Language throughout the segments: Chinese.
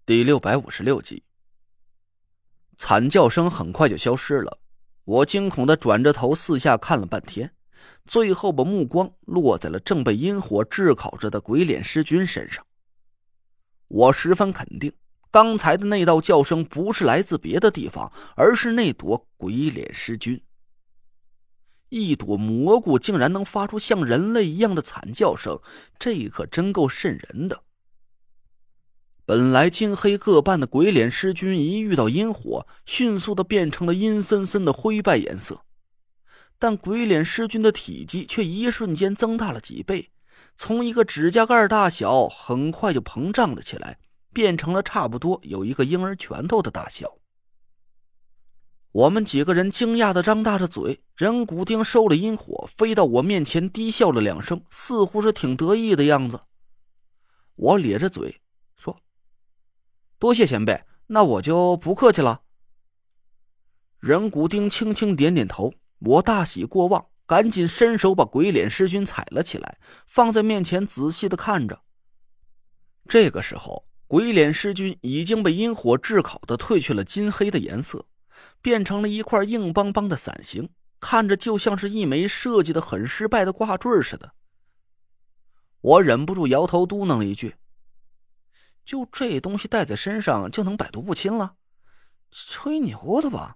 第656集。惨叫声很快就消失了，我惊恐地转着头四下看了半天，最后把目光落在了正被阴火炙烤着的鬼脸尸君身上。我十分肯定，刚才的那道叫声不是来自别的地方，而是那朵鬼脸尸君。一朵蘑菇竟然能发出像人类一样的惨叫声，这可真够瘆人的。本来金黑各半的鬼脸尸君一遇到阴火，迅速地变成了阴森森的灰败颜色。但鬼脸尸君的体积却一瞬间增大了几倍，从一个指甲盖大小很快就膨胀了起来，变成了差不多有一个婴儿拳头的大小。我们几个人惊讶地张大着嘴，人骨丁收了阴火，飞到我面前低笑了两声，似乎是挺得意的样子。我咧着嘴说：多谢前辈，那我就不客气了。人骨丁轻轻点点头，我大喜过望，赶紧伸手把鬼脸尸君踩了起来，放在面前仔细地看着。这个时候，鬼脸尸君已经被阴火炙烤的褪去了金黑的颜色，变成了一块硬邦邦的伞形，看着就像是一枚设计的很失败的挂坠似的。我忍不住摇头嘟囔了一句：就这东西带在身上就能百毒不侵了？吹牛的吧？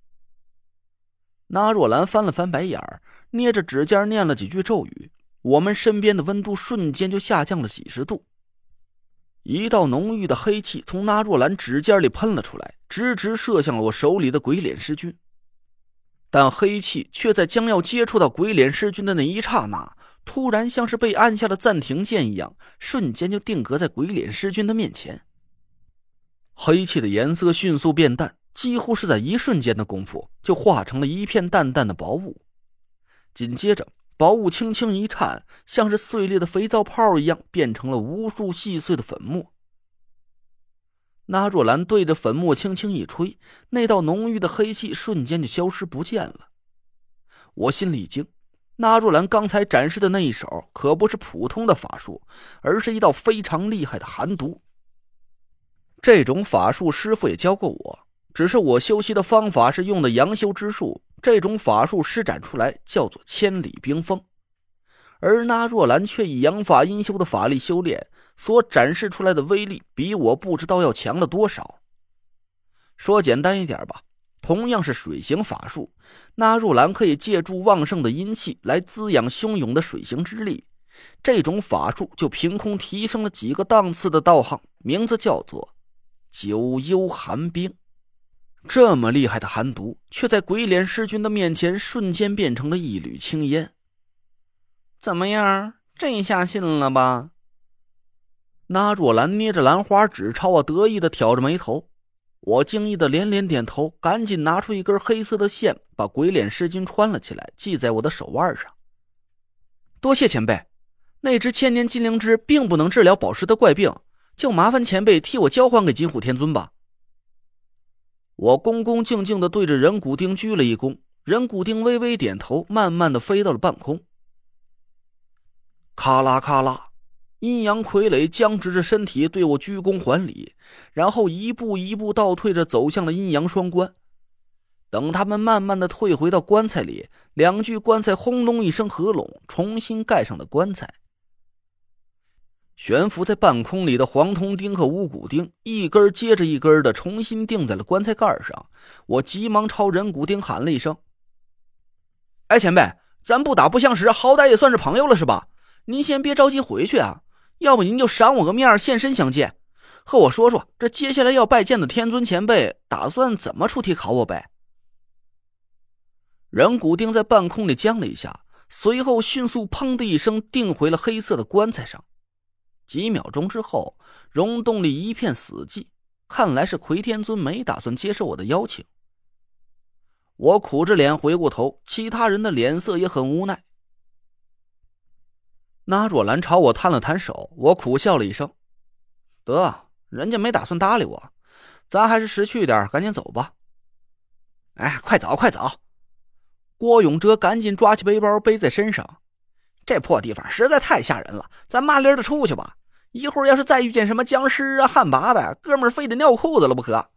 那若兰翻了翻白眼儿，捏着指尖念了几句咒语，我们身边的温度瞬间就下降了几十度。一道浓郁的黑气从那若兰指尖里喷了出来，直直射向了我手里的鬼脸尸君。但黑气却在将要接触到鬼脸尸君的那一刹那，突然像是被按下了暂停键一样，瞬间就定格在鬼脸尸君的面前。黑气的颜色迅速变淡，几乎是在一瞬间的功夫就化成了一片淡淡的薄雾。紧接着薄雾轻轻一颤，像是碎裂的肥皂泡一样，变成了无数细碎的粉末。那若兰对着粉末轻轻一吹，那道浓郁的黑气瞬间就消失不见了。我心里一惊，那若兰刚才展示的那一手可不是普通的法术，而是一道非常厉害的寒毒。这种法术师傅也教过我，只是我修习的方法是用的阳修之术，这种法术施展出来叫做千里冰封。而那若兰却以阳法阴修的法力修炼，所展示出来的威力比我不知道要强了多少。说简单一点吧，同样是水行法术，那若兰可以借助旺盛的阴气来滋养汹涌的水行之力，这种法术就凭空提升了几个档次的道行，名字叫做九幽寒冰。这么厉害的寒毒，却在鬼脸尸君的面前瞬间变成了一缕青烟。怎么样，这下信了吧？那若兰捏着兰花指朝我得意地挑着眉头，我惊异的连连点头，赶紧拿出一根黑色的线，把鬼脸尸君穿了起来，系在我的手腕上。多谢前辈，那只千年金灵芝并不能治疗宝石的怪病，就麻烦前辈替我交还给金虎天尊吧。我恭恭敬敬地对着人骨丁鞠了一躬，人骨丁微微点头，慢慢地飞到了半空。咔啦咔啦，阴阳傀儡僵直着身体对我鞠躬还礼，然后一步一步倒退着走向了阴阳双关。等他们慢慢地退回到棺材里，两具棺材轰隆一声合拢，重新盖上了棺材。悬浮在半空里的黄铜钉和五骨钉一根接着一根的重新钉在了棺材盖上。我急忙朝人骨钉喊了一声：哎，前辈，咱不打不相识，好歹也算是朋友了是吧？您先别着急回去啊，要不您就赏我个面现身相见，和我说说这接下来要拜见的天尊前辈打算怎么出题考我呗。人骨钉在半空里僵了一下，随后迅速砰的一声钉回了黑色的棺材上。几秒钟之后，溶洞里一片死寂，看来是魁天尊没打算接受我的邀请。我苦着脸回过头，其他人的脸色也很无奈。那若兰朝我摊了摊手，我苦笑了一声：得，人家没打算搭理我，咱还是识趣点，赶紧走吧。哎，快走快走！郭永哲赶紧抓起背包背在身上，这破地方实在太吓人了，咱麻利的出去吧。 一会儿要是再遇见什么僵尸啊、旱魃的，哥们儿非得尿裤子了不可。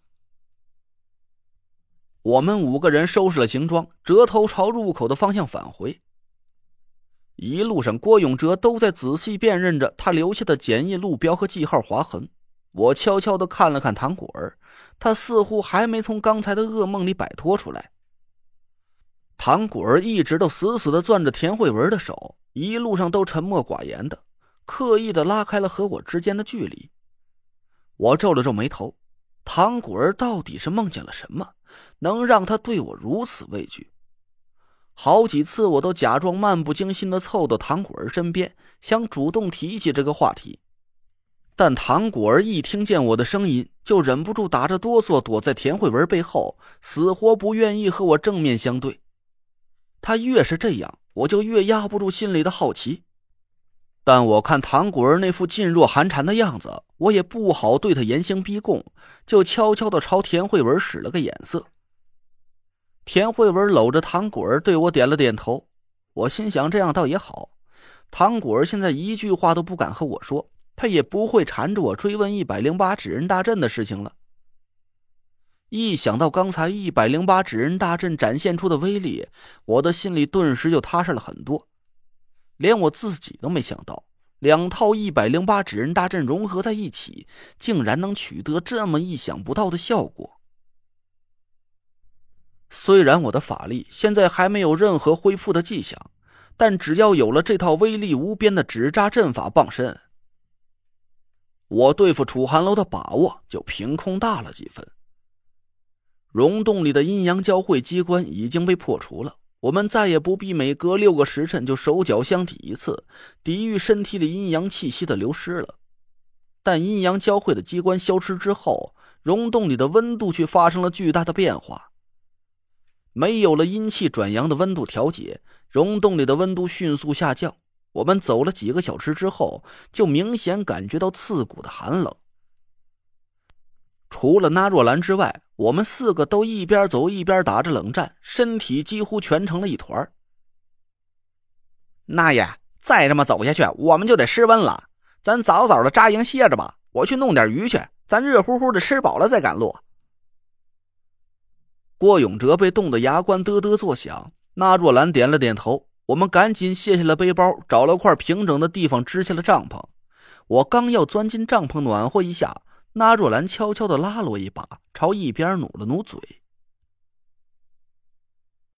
我们5个人收拾了行装，折头朝入口的方向返回。一路上郭永哲都在仔细辨认着他留下的简易路标和记号划痕。我悄悄地看了看唐果儿，他似乎还没从刚才的噩梦里摆脱出来。唐果儿一直都死死地攥着田慧文的手，一路上都沉默寡言的，刻意地拉开了和我之间的距离。我皱了皱眉头，唐果儿到底是梦见了什么，能让他对我如此畏惧？好几次我都假装漫不经心地凑到唐果儿身边，想主动提起这个话题，但唐果儿一听见我的声音，就忍不住打着哆嗦躲在田慧文背后，死活不愿意和我正面相对。他越是这样，我就越压不住心里的好奇。但我看唐果儿那副噤若寒蝉的样子，我也不好对他严刑逼供，就悄悄地朝田慧文使了个眼色。田慧文搂着唐果儿对我点了点头，我心想这样倒也好，唐果儿现在一句话都不敢和我说，他也不会缠着我追问108纸人大阵的事情了。一想到刚才108纸人大阵展现出的威力，我的心里顿时就踏实了很多。连我自己都没想到，2套108纸人大阵融合在一起，竟然能取得这么意想不到的效果。虽然我的法力现在还没有任何恢复的迹象，但只要有了这套威力无边的纸扎阵法傍身，我对付楚寒楼的把握就凭空大了几分。溶洞里的阴阳交汇机关已经被破除了，我们再也不必每隔6个时辰就手脚相抵一次，抵御身体里阴阳气息的流失了。但阴阳交汇的机关消失之后，溶洞里的温度却发生了巨大的变化。没有了阴气转阳的温度调节，溶洞里的温度迅速下降。我们走了几个小时之后，就明显感觉到刺骨的寒冷。除了那若兰之外，我们4个都一边走一边打着冷战，身体几乎全成了一团。 那爷，再这么走下去，我们就得失温了。咱早早的扎营歇着吧，我去弄点鱼去，咱热乎乎的吃饱了再赶路。 郭永哲被冻得牙关嘚嘚作响，那若兰点了点头，我们赶紧卸下了背包，找了块平整的地方支下了帐篷。我刚要钻进帐篷暖和一下，那若兰悄悄地拉了我一把，朝一边努了努嘴。